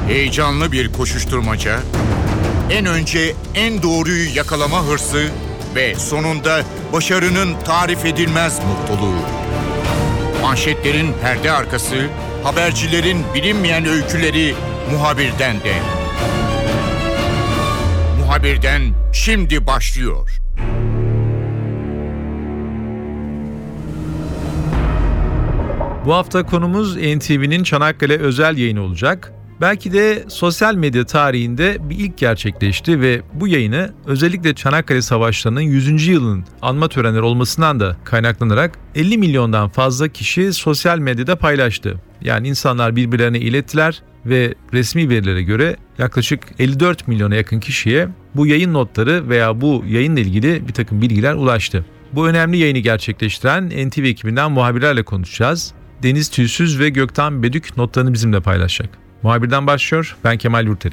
Heyecanlı bir koşuşturmaca, en önce en doğruyu yakalama hırsı ve sonunda başarının tarif edilmez mutluluğu. Manşetlerin perde arkası, habercilerin bilinmeyen öyküleri Muhabir'den de. Muhabir'den şimdi başlıyor. Bu hafta konumuz NTV'nin Çanakkale özel yayını olacak. Belki de sosyal medya tarihinde bir ilk gerçekleşti ve bu yayını özellikle Çanakkale Savaşları'nın 100. yılının anma törenleri olmasından da kaynaklanarak 50 milyondan fazla kişi sosyal medyada paylaştı. Yani insanlar birbirlerine ilettiler ve resmi verilere göre yaklaşık 54 milyona yakın kişiye bu yayın notları veya bu yayınla ilgili bir takım bilgiler ulaştı. Bu önemli yayını gerçekleştiren NTV ekibinden muhabirlerle konuşacağız. Deniz Tüysüz ve Gökten Bedük notlarını bizimle paylaşacak. Muhabirden başlıyor. Ben Kemal Yurteri.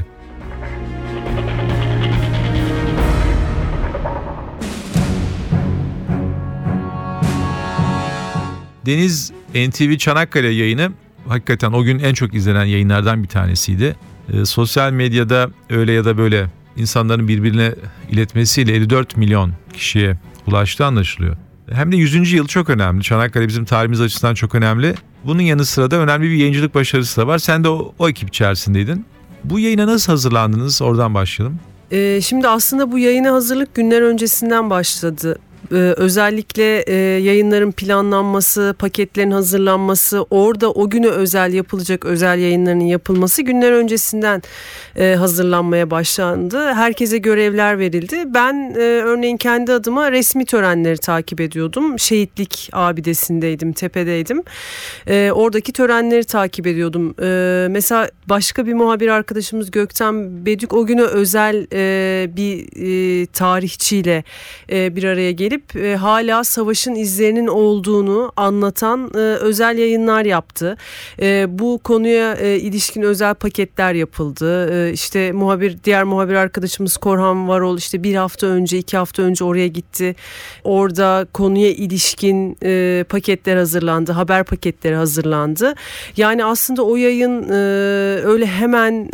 Deniz, NTV Çanakkale yayını hakikaten o gün en çok izlenen yayınlardan bir tanesiydi. Sosyal medyada öyle ya da böyle insanların birbirine iletmesiyle 54 milyon kişiye ulaştığı anlaşılıyor. Hem de 100. yıl çok önemli. Çanakkale bizim tarihimiz açısından çok önemli. Bunun yanı sıra da önemli bir yayıncılık başarısı da var. Sen de o ekip içerisindeydin. Bu yayına nasıl hazırlandınız? Oradan başlayalım. Şimdi aslında bu yayına hazırlık günler öncesinden başladı. Özellikle yayınların planlanması, paketlerin hazırlanması, orada o güne özel yapılacak özel yayınların yapılması günler öncesinden hazırlanmaya başlandı. Herkese görevler verildi. Ben örneğin kendi adıma resmi törenleri takip ediyordum. Şehitlik abidesindeydim, tepedeydim. Oradaki törenleri takip ediyordum. Mesela başka bir muhabir arkadaşımız Gökten Bedük o güne özel bir tarihçiyle bir araya gelip hala savaşın izlerinin olduğunu anlatan özel yayınlar yaptı. Bu konuya ilişkin özel paketler yapıldı. İşte diğer muhabir arkadaşımız Korhan Varol işte 2 hafta önce oraya gitti. Orada konuya ilişkin paketler hazırlandı, haber paketleri hazırlandı. Yani aslında o yayın öyle hemen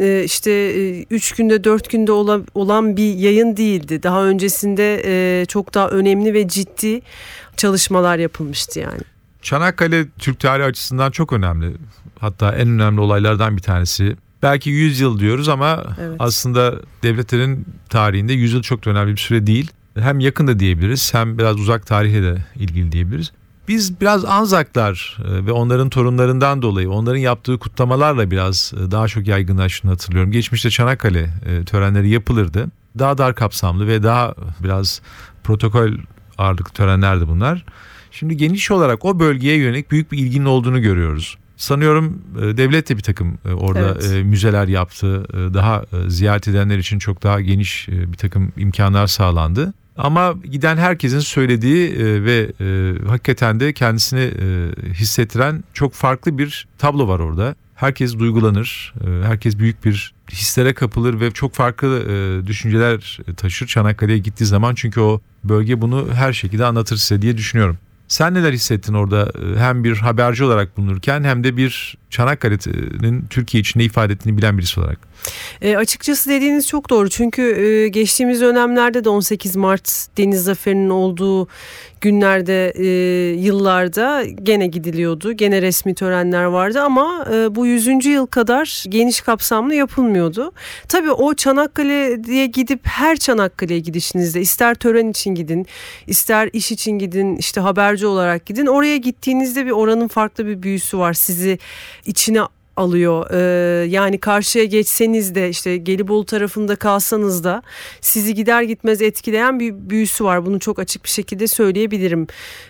3 günde 4 günde olan bir yayın değildi. Daha öncesinde çok daha önemli ve ciddi çalışmalar yapılmıştı yani. Çanakkale Türk tarihi açısından çok önemli. Hatta en önemli olaylardan bir tanesi. Belki 100 yıl diyoruz ama evet, aslında devletlerin tarihinde 100 yıl çok da önemli bir süre değil. Hem yakın da diyebiliriz hem biraz uzak tarihe de ilgili diyebiliriz. Biz biraz Anzaklar ve onların torunlarından dolayı onların yaptığı kutlamalarla biraz daha çok yaygınlaştığını hatırlıyorum. Geçmişte Çanakkale törenleri yapılırdı. Daha dar kapsamlı ve daha biraz protokol ağırlıklı törenlerdi bunlar. Şimdi geniş olarak o bölgeye yönelik büyük bir ilginin olduğunu görüyoruz. Sanıyorum devlet de bir takım orada evet, müzeler yaptı. Daha ziyaret edenler için çok daha geniş bir takım imkanlar sağlandı. Ama giden herkesin söylediği ve hakikaten de kendisini hissettiren çok farklı bir tablo var orada. Herkes duygulanır, herkes büyük bir hislere kapılır ve çok farklı düşünceler taşır Çanakkale'ye gittiği zaman. Çünkü o bölge bunu her şekilde anlatır size diye düşünüyorum. Sen neler hissettin orada hem bir haberci olarak bulunurken hem de bir Çanakkale'nin Türkiye içinde ifade ettiğini bilen birisi olarak? Açıkçası dediğiniz çok doğru. Çünkü geçtiğimiz dönemlerde de 18 Mart Deniz Zaferi'nin olduğu günlerde, yıllarda gene gidiliyordu. Gene resmi törenler vardı ama bu 100. yıl kadar geniş kapsamlı yapılmıyordu. Tabii o Çanakkale'ye gidip her Çanakkale'ye gidişinizde ister tören için gidin, ister iş için gidin, işte haberci olarak gidin. Oraya gittiğinizde bir oranın farklı bir büyüsü var. Sizi içine alıyor. Yani karşıya geçseniz de işte Gelibolu tarafında kalsanız da sizi gider gitmez etkileyen bir büyüsü var. Bunu çok açık bir şekilde söyleyebilirim.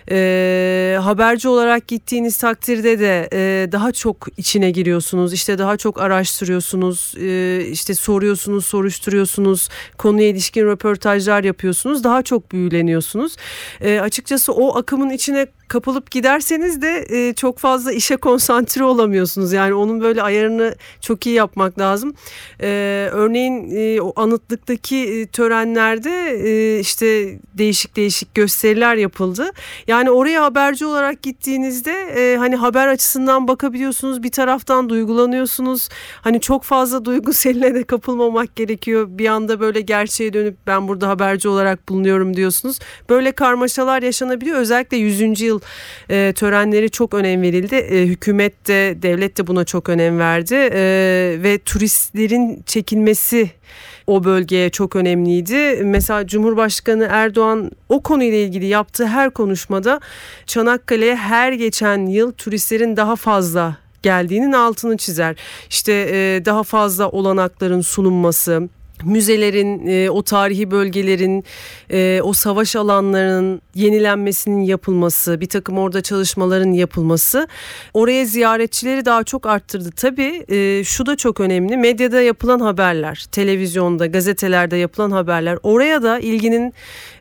Haberci olarak gittiğiniz takdirde de daha çok içine giriyorsunuz. İşte daha çok araştırıyorsunuz. İşte soruyorsunuz, soruşturuyorsunuz. Konuya ilişkin röportajlar yapıyorsunuz. Daha çok büyüleniyorsunuz. Açıkçası o akımın içine kapılıp giderseniz de çok fazla işe konsantre olamıyorsunuz. Yani onun böyle ayarını çok iyi yapmak lazım. Örneğin o anıtlıktaki törenlerde işte değişik gösteriler yapıldı. Yani oraya haberci olarak gittiğinizde hani haber açısından bakabiliyorsunuz. Bir taraftan duygulanıyorsunuz. Hani çok fazla duygu seline de kapılmamak gerekiyor. Bir anda böyle gerçeğe dönüp ben burada haberci olarak bulunuyorum diyorsunuz. Böyle karmaşalar yaşanabiliyor. Özellikle 100. yıl törenleri çok önem verildi. Hükümet de devlet de buna çok önem verdi. Ve turistlerin çekilmesi o bölgeye çok önemliydi. Mesela Cumhurbaşkanı Erdoğan o konuyla ilgili yaptığı her konuşmada Çanakkale'ye her geçen yıl turistlerin daha fazla geldiğinin altını çizer. İşte daha fazla olanakların sunulması, müzelerin, o tarihi bölgelerin, o savaş alanlarının yenilenmesinin yapılması, bir takım orada çalışmaların yapılması oraya ziyaretçileri daha çok arttırdı. Tabii şu da çok önemli, medyada yapılan haberler, televizyonda, gazetelerde yapılan haberler oraya da ilginin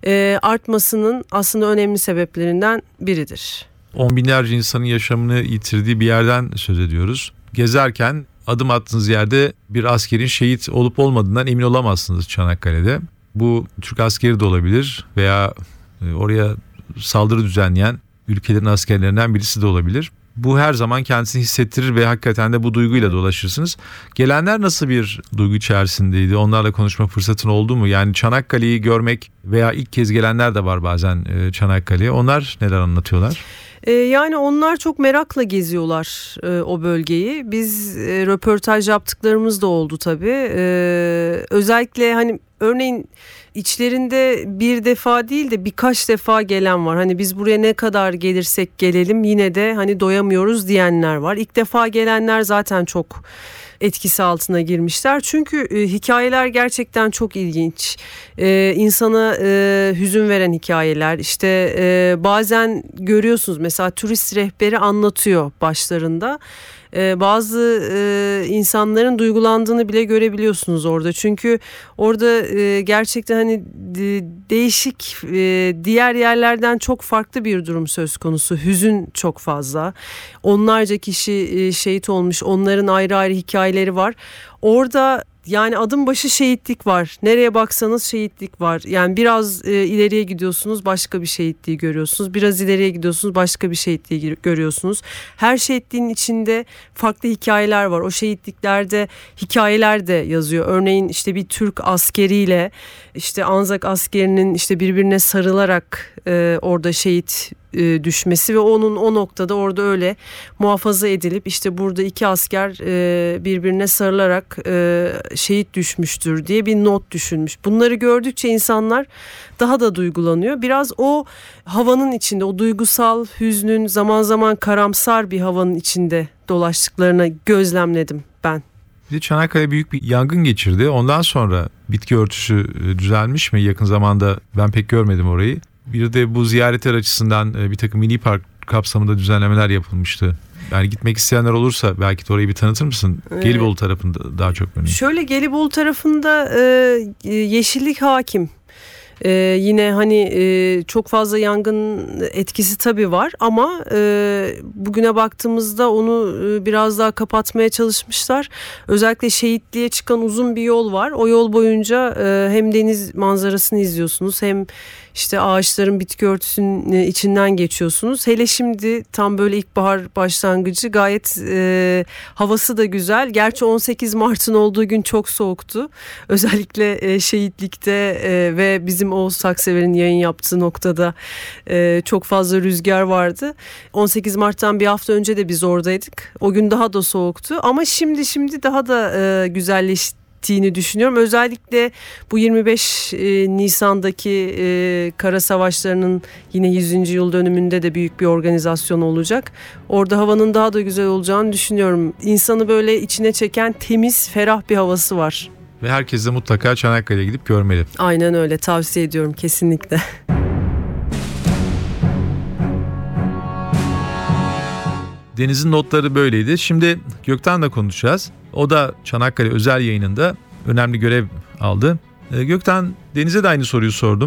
artmasının aslında önemli sebeplerinden biridir. On binlerce insanın yaşamını yitirdiği bir yerden söz ediyoruz. Gezerken adım attığınız yerde bir askerin şehit olup olmadığından emin olamazsınız Çanakkale'de. Bu Türk askeri de olabilir veya oraya saldırı düzenleyen ülkelerin askerlerinden birisi de olabilir. Bu her zaman kendisini hissettirir ve hakikaten de bu duyguyla dolaşırsınız. Gelenler nasıl bir duygu içerisindeydi? Onlarla konuşma fırsatın oldu mu? Yani Çanakkale'yi görmek veya ilk kez gelenler de var bazen Çanakkale'ye. Onlar neler anlatıyorlar? Yani onlar çok merakla geziyorlar o bölgeyi. Biz röportaj yaptıklarımız da oldu tabii. Özellikle hani örneğin içlerinde bir defa değil de birkaç defa gelen var. Hani biz buraya ne kadar gelirsek gelelim yine de hani doyamıyoruz diyenler var. İlk defa gelenler zaten çok etkisi altına girmişler. Çünkü hikayeler gerçekten çok ilginç. İnsana hüzün veren hikayeler. İşte bazen görüyorsunuz mesela turist rehberi anlatıyor başlarında. Bazı insanların duygulandığını bile görebiliyorsunuz orada. Çünkü orada gerçekten hani değişik diğer yerlerden çok farklı bir durum söz konusu. Hüzün çok fazla. Onlarca kişi şehit olmuş. Onların ayrı ayrı hikayeleri var. Orada yani adım başı şehitlik var. Nereye baksanız şehitlik var. Yani biraz ileriye gidiyorsunuz başka bir şehitliği görüyorsunuz. Biraz ileriye gidiyorsunuz başka bir şehitliği görüyorsunuz. Her şehitliğin içinde farklı hikayeler var. O şehitliklerde hikayeler de yazıyor. Örneğin işte bir Türk askeriyle işte Anzak askerinin işte birbirine sarılarak orada şehit düşmesi ve onun o noktada orada öyle muhafaza edilip işte burada iki asker birbirine sarılarak şehit düşmüştür diye bir not düşünmüş. Bunları gördükçe insanlar daha da duygulanıyor. Biraz o havanın içinde, o duygusal hüznün zaman zaman karamsar bir havanın içinde dolaştıklarını gözlemledim ben. Bir de Çanakkale büyük bir yangın geçirdi. Ondan sonra bitki örtüsü düzelmiş mi? Yakın zamanda ben pek görmedim orayı. Bir de bu ziyaretler açısından bir takım milli park kapsamında düzenlemeler yapılmıştı. Yani gitmek isteyenler olursa belki de orayı bir tanıtır mısın? Gelibolu tarafında daha çok önemli. Şöyle Gelibolu tarafında yeşillik hakim. Yine hani çok fazla yangın etkisi tabii var ama bugüne baktığımızda onu biraz daha kapatmaya çalışmışlar. Özellikle şehitliğe çıkan uzun bir yol var. O yol boyunca hem deniz manzarasını izliyorsunuz hem işte ağaçların bitki örtüsünün içinden geçiyorsunuz. Hele şimdi tam böyle ilkbahar başlangıcı gayet havası da güzel. Gerçi 18 Mart'ın olduğu gün çok soğuktu. Özellikle şehitlikte ve bizim Oğuz Saksever'in yayın yaptığı noktada çok fazla rüzgar vardı. 18 Mart'tan bir hafta önce de biz oradaydık. O gün daha da soğuktu ama şimdi daha da güzelleşti düşünüyorum. Özellikle bu 25 Nisan'daki kara savaşlarının yine 100. yıl dönümünde de büyük bir organizasyon olacak. Orada havanın daha da güzel olacağını düşünüyorum. İnsanı böyle içine çeken temiz, ferah bir havası var. Ve herkes de mutlaka Çanakkale'ye gidip görmeli. Aynen öyle, tavsiye ediyorum kesinlikle. Deniz'in notları böyleydi. Şimdi Gökten'le konuşacağız. O da Çanakkale özel yayınında önemli görev aldı. Gökten, Deniz'e de aynı soruyu sordum.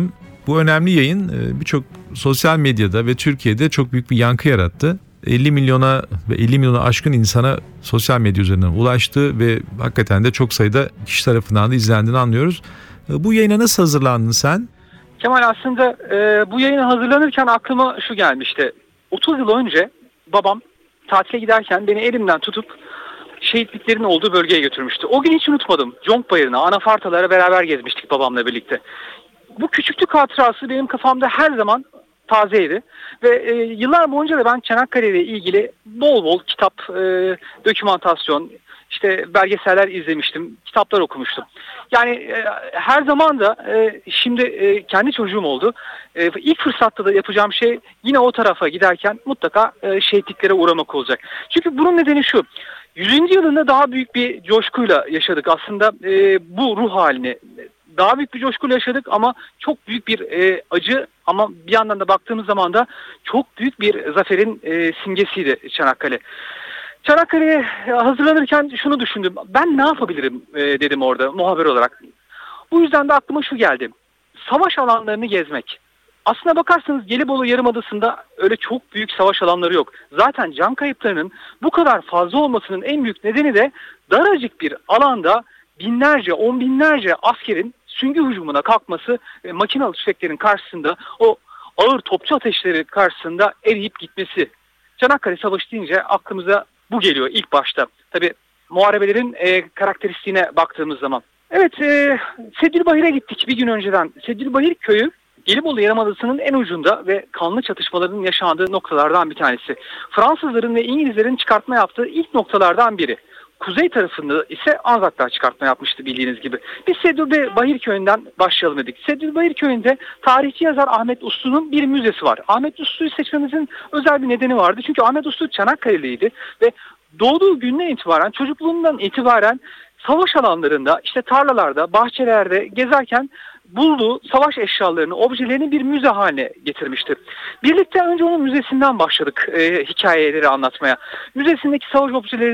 Bu önemli yayın birçok sosyal medyada ve Türkiye'de çok büyük bir yankı yarattı. 50 milyona ve 50 milyona aşkın insana sosyal medya üzerinden ulaştı ve hakikaten de çok sayıda kişi tarafından da izlendiğini anlıyoruz. Bu yayına nasıl hazırlandın sen? Kemal, aslında bu yayına hazırlanırken aklıma şu gelmişti. 30 yıl önce babam tatile giderken beni elimden tutup şehitliklerin olduğu bölgeye götürmüştü. O gün hiç unutmadım. Conk Bayırı'na, Anafartalara beraber gezmiştik babamla birlikte. Bu küçüklük hatırası benim kafamda her zaman tazeydi. Ve yıllar boyunca da ben Çanakkale ile ilgili bol bol kitap, dokümantasyon, işte belgeseller izlemiştim, kitaplar okumuştum. Yani her zaman da şimdi kendi çocuğum oldu. İlk fırsatta da yapacağım şey yine o tarafa giderken mutlaka şehitliklere uğramak olacak. Çünkü bunun nedeni şu. 100. yılında daha büyük bir coşkuyla yaşadık. Aslında bu ruh halini daha büyük bir coşkuyla yaşadık ama çok büyük bir acı, ama bir yandan da baktığımız zaman da çok büyük bir zaferin simgesiydi Çanakkale. Çanakkale'ye hazırlanırken şunu düşündüm. Ben ne yapabilirim dedim orada muhabir olarak. Bu yüzden de aklıma şu geldi. Savaş alanlarını gezmek. Aslına bakarsanız Gelibolu Yarımadası'nda öyle çok büyük savaş alanları yok. Zaten can kayıplarının bu kadar fazla olmasının en büyük nedeni de daracık bir alanda binlerce, on binlerce askerin süngü hücumuna kalkması ve makinalı tüfeklerin karşısında, o ağır topçu ateşleri karşısında eriyip gitmesi. Çanakkale Savaşı deyince aklımıza bu geliyor ilk başta. Tabii muharebelerin karakteristiğine baktığımız zaman. Evet, Seddülbahir'e gittik bir gün önceden. Seddülbahir köyü Gelibolu Yarımadası'nın en ucunda ve kanlı çatışmaların yaşandığı noktalardan bir tanesi. Fransızların ve İngilizlerin çıkartma yaptığı ilk noktalardan biri. Kuzey tarafında ise Anzaklar çıkartma yapmıştı bildiğiniz gibi. Biz Seddülbahir köyünden başlayalım dedik. Seddülbahir köyünde tarihçi yazar Ahmet Uslu'nun bir müzesi var. Ahmet Uslu'yu seçmemizin özel bir nedeni vardı. Çünkü Ahmet Uslu Çanakkale'liydi ve doğduğu günden itibaren, çocukluğundan itibaren savaş alanlarında, işte tarlalarda, bahçelerde gezerken bulduğu savaş eşyalarını, objelerini bir müze haline getirmişti. Birlikte önce onun müzesinden başladık hikayeleri anlatmaya. Müzesindeki savaş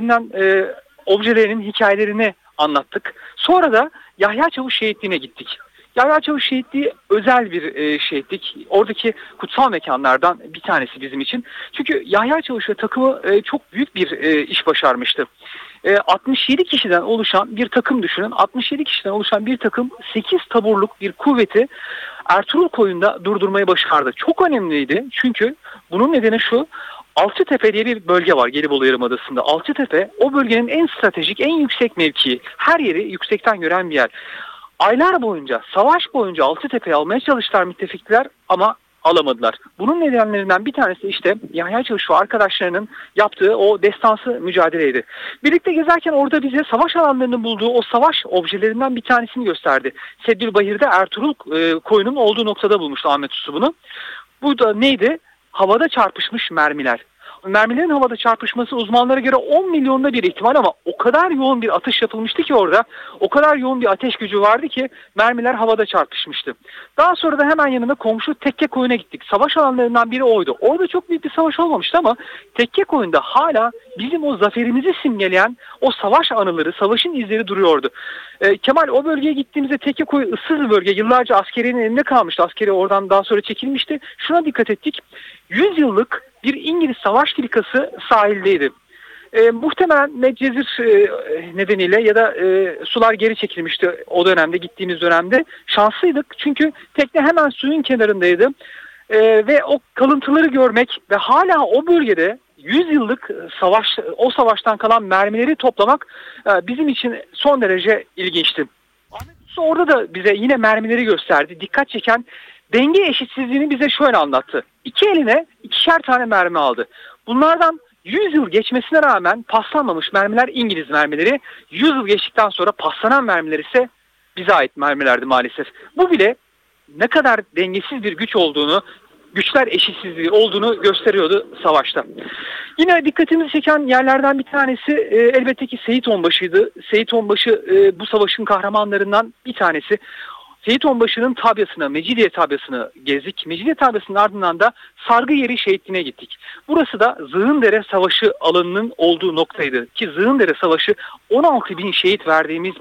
objelerinin hikayelerini anlattık. Sonra da Yahya Çavuş Şehitliği'ne gittik. Yahya Çavuş Şehitliği özel bir şehitlik. Oradaki kutsal mekanlardan bir tanesi bizim için. Çünkü Yahya Çavuş ve takımı çok büyük bir iş başarmıştı. 67 kişiden oluşan bir takım düşünün. 67 kişiden oluşan bir takım 8 taburluk bir kuvveti Ertuğrul Koyun'da durdurmayı başardı. Çok önemliydi çünkü bunun nedeni şu. Altıtepe diye bir bölge var Gelibolu Yarımadası'nda. Altıtepe o bölgenin en stratejik, en yüksek mevkii. Her yeri yüksekten gören bir yer. Aylar boyunca, savaş boyunca Altıtepe'yi almaya çalıştılar müttefikler ama alamadılar. Bunun nedenlerinden bir tanesi işte Yahya Çavuş ve arkadaşlarının yaptığı o destansı mücadeleydi. Birlikte gezerken orada bize savaş alanlarının bulduğu o savaş objelerinden bir tanesini gösterdi. Seddülbahir'de Ertuğrul Koyun'un olduğu noktada bulmuştu Ahmet Uslu bunu. Bu da neydi? Havada çarpışmış mermiler. Mermilerin havada çarpışması uzmanlara göre 10 milyonda bir ihtimal ama o kadar yoğun bir atış yapılmıştı ki orada, o kadar yoğun bir ateş gücü vardı ki mermiler havada çarpışmıştı. Daha sonra da hemen yanında komşu Tekke Koyun'a gittik. Savaş alanlarından biri oydu. Orada çok büyük bir savaş olmamıştı ama Tekke Koyun'da hala bizim o zaferimizi simgeleyen o savaş anıları, savaşın izleri duruyordu. Kemal, o bölgeye gittiğimizde Tekke Koyu ıssız bir bölge. Yıllarca askerinin elinde kalmıştı. Askeri oradan daha sonra çekilmişti. Şuna dikkat ettik. 100 yıllık bir İngiliz savaş filikası sahildeydi. Muhtemelen Medcezir nedeniyle ya da sular geri çekilmişti o dönemde, gittiğimiz dönemde. Şanslıydık çünkü tekne hemen suyun kenarındaydı. Ve o kalıntıları görmek ve hala o bölgede 100 yıllık savaş, o savaştan kalan mermileri toplamak bizim için son derece ilginçti. Ahmet Usta orada da bize yine mermileri gösterdi. Dikkat çeken denge eşitsizliğini bize şöyle anlattı. İki eline 2'şer tane mermi aldı. Bunlardan 100 yıl geçmesine rağmen paslanmamış mermiler İngiliz mermileri. 100 yıl geçtikten sonra paslanan mermiler ise bize ait mermilerdi maalesef. Bu bile ne kadar dengesiz bir güç olduğunu, güçler eşitsizliği olduğunu gösteriyordu savaşta. Yine dikkatimizi çeken yerlerden bir tanesi elbette ki Seyit Onbaşı'ydı. Seyit Onbaşı bu savaşın kahramanlarından bir tanesi. Seyit Onbaşı'nın tabyasını, Mecidiye tabyasını gezdik. Mecidiye tabyasının ardından da Sargıyeri Şehitliği'ne gittik. Burası da Zığındere Savaşı alanının olduğu noktaydı. Ki Zığındere Savaşı 16.000 şehit verdiğimiz bir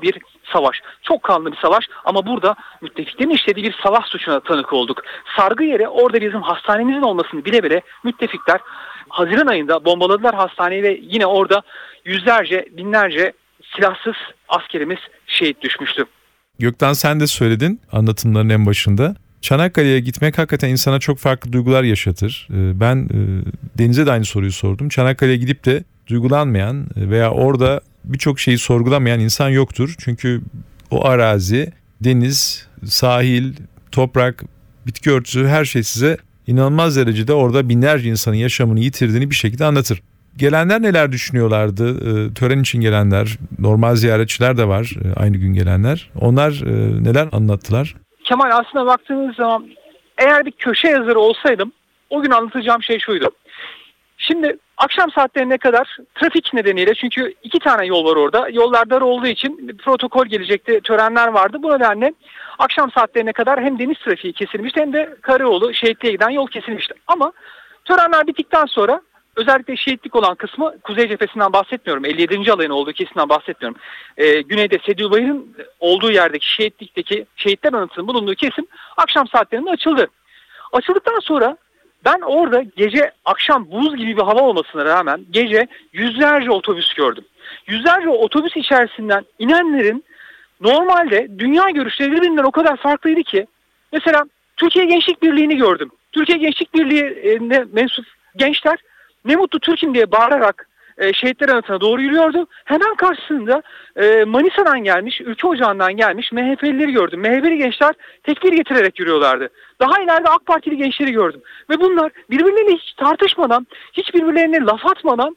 savaş. Çok kanlı bir savaş ama burada müttefiklerin işlediği bir savaş suçuna tanık olduk. Sargı yeri orada bizim hastanemizin olmasını bile bile müttefikler Haziran ayında bombaladılar hastaneyi ve yine orada yüzlerce, binlerce silahsız askerimiz şehit düşmüştü. Gökten, sen de söyledin anlatımların en başında. Çanakkale'ye gitmek hakikaten insana çok farklı duygular yaşatır. Ben Deniz'e de aynı soruyu sordum. Çanakkale'ye gidip de duygulanmayan veya orada birçok şeyi sorgulamayan insan yoktur. Çünkü o arazi, deniz, sahil, toprak, bitki örtüsü, her şey size inanılmaz derecede orada binlerce insanın yaşamını yitirdiğini bir şekilde anlatır. Gelenler neler düşünüyorlardı? Tören için gelenler, normal ziyaretçiler de var, aynı gün gelenler. Onlar neler anlattılar? Kemal, aslında baktığınız zaman eğer bir köşe yazarı olsaydım o gün anlatacağım şey şuydu. Şimdi akşam saatlerine kadar trafik nedeniyle, çünkü 2 tane yol var orada. Yollar dar olduğu için bir protokol gelecekti, törenler vardı. Bu nedenle akşam saatlerine kadar hem deniz trafiği kesilmişti hem de Karayolu, Şehitliğe giden yol kesilmişti. Ama törenler bittikten sonra özellikle şehitlik olan kısmı, Kuzey Cephesi'nden bahsetmiyorum, 57. alayın olduğu kesimden bahsetmiyorum. Güneyde Sedilbayır'ın olduğu yerdeki şehitlikteki şehitler anıtının bulunduğu kesim akşam saatlerinde açıldı. Açıldıktan sonra ben orada gece akşam buz gibi bir hava olmasına rağmen gece yüzlerce otobüs gördüm. Yüzlerce otobüs içerisinden inenlerin normalde dünya görüşleri birbirinden o kadar farklıydı ki, mesela Türkiye Gençlik Birliği'ni gördüm. Türkiye Gençlik Birliği'ne mensup gençler "Ne mutlu Türk'üm" diye bağırarak şehitler anıtına doğru yürüyordu. Hemen karşısında Manisa'dan gelmiş, Ülke Ocağı'ndan gelmiş MHP'lileri gördüm. MHP'li gençler tekbir getirerek yürüyorlardı. Daha ileride AK Partili gençleri gördüm. Ve bunlar birbirleriyle hiç tartışmadan, hiç birbirlerine laf atmadan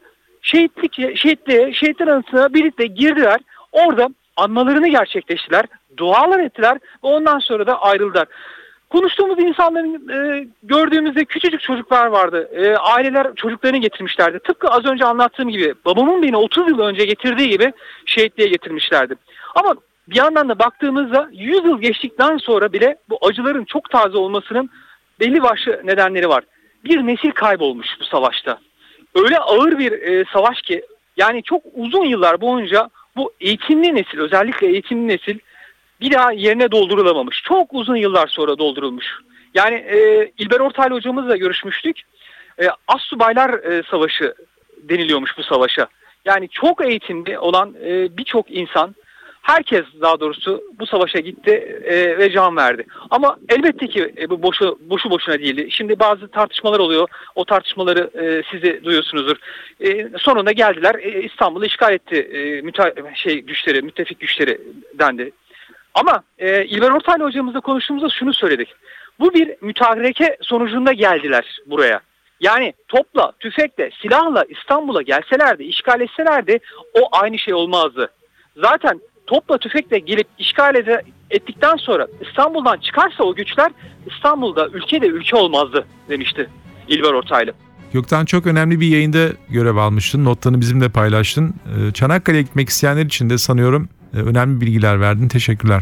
şehitler anıtına birlikte girdiler. Orada anmalarını gerçekleştiler, dualar ettiler ve ondan sonra da ayrıldılar. Konuştuğumuz insanların gördüğümüzde küçücük çocuklar vardı. Aileler çocuklarını getirmişlerdi. Tıpkı az önce anlattığım gibi, babamın beni 30 yıl önce getirdiği gibi şehitliğe getirmişlerdi. Ama bir yandan da baktığımızda 100 yıl geçtikten sonra bile bu acıların çok taze olmasının belli başlı nedenleri var. Bir nesil kaybolmuş bu savaşta. Öyle ağır bir savaş ki, yani çok uzun yıllar boyunca bu eğitimli nesil, özellikle eğitimli nesil bir daha yerine doldurulamamış. Çok uzun yıllar sonra doldurulmuş. Yani İlber Ortaylı hocamızla görüşmüştük. Astsubaylar Savaşı deniliyormuş bu savaşa. Yani çok eğitimli olan birçok insan, herkes daha doğrusu bu savaşa gitti ve can verdi. Ama elbette ki bu boşu boşuna değildi. Şimdi bazı tartışmalar oluyor. O tartışmaları siz de duyuyorsunuzdur. Sonunda geldiler, İstanbul'u işgal etti müttefik güçleri dendi. Ama İlber Ortaylı hocamızla konuştuğumuzda şunu söyledik. Bu bir mütahreke sonucunda geldiler buraya. Yani topla, tüfekle, silahla İstanbul'a gelselerdi, işgal etselerdi o aynı şey olmazdı. Zaten topla, tüfekle gelip işgal ettikten sonra İstanbul'dan çıkarsa o güçler, İstanbul'da ülke olmazdı demişti İlber Ortaylı. Gökten, çok önemli bir yayında görev almıştın. Notlarını bizimle paylaştın. Çanakkale'ye gitmek isteyenler için de sanıyorum önemli bilgiler verdin. Teşekkürler.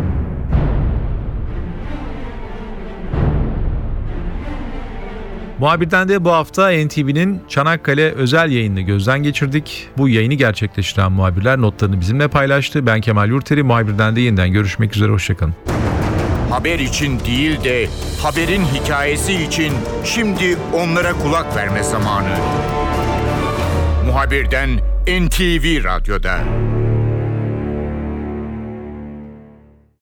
Muhabirden de bu hafta NTV'nin Çanakkale özel yayınını gözden geçirdik. Bu yayını gerçekleştiren muhabirler notlarını bizimle paylaştı. Ben Kemal Yurteri, Muhabirden de yeniden görüşmek üzere. Hoşçakalın. Haber için değil de haberin hikayesi için şimdi onlara kulak verme zamanı. Muhabirden NTV Radyo'da.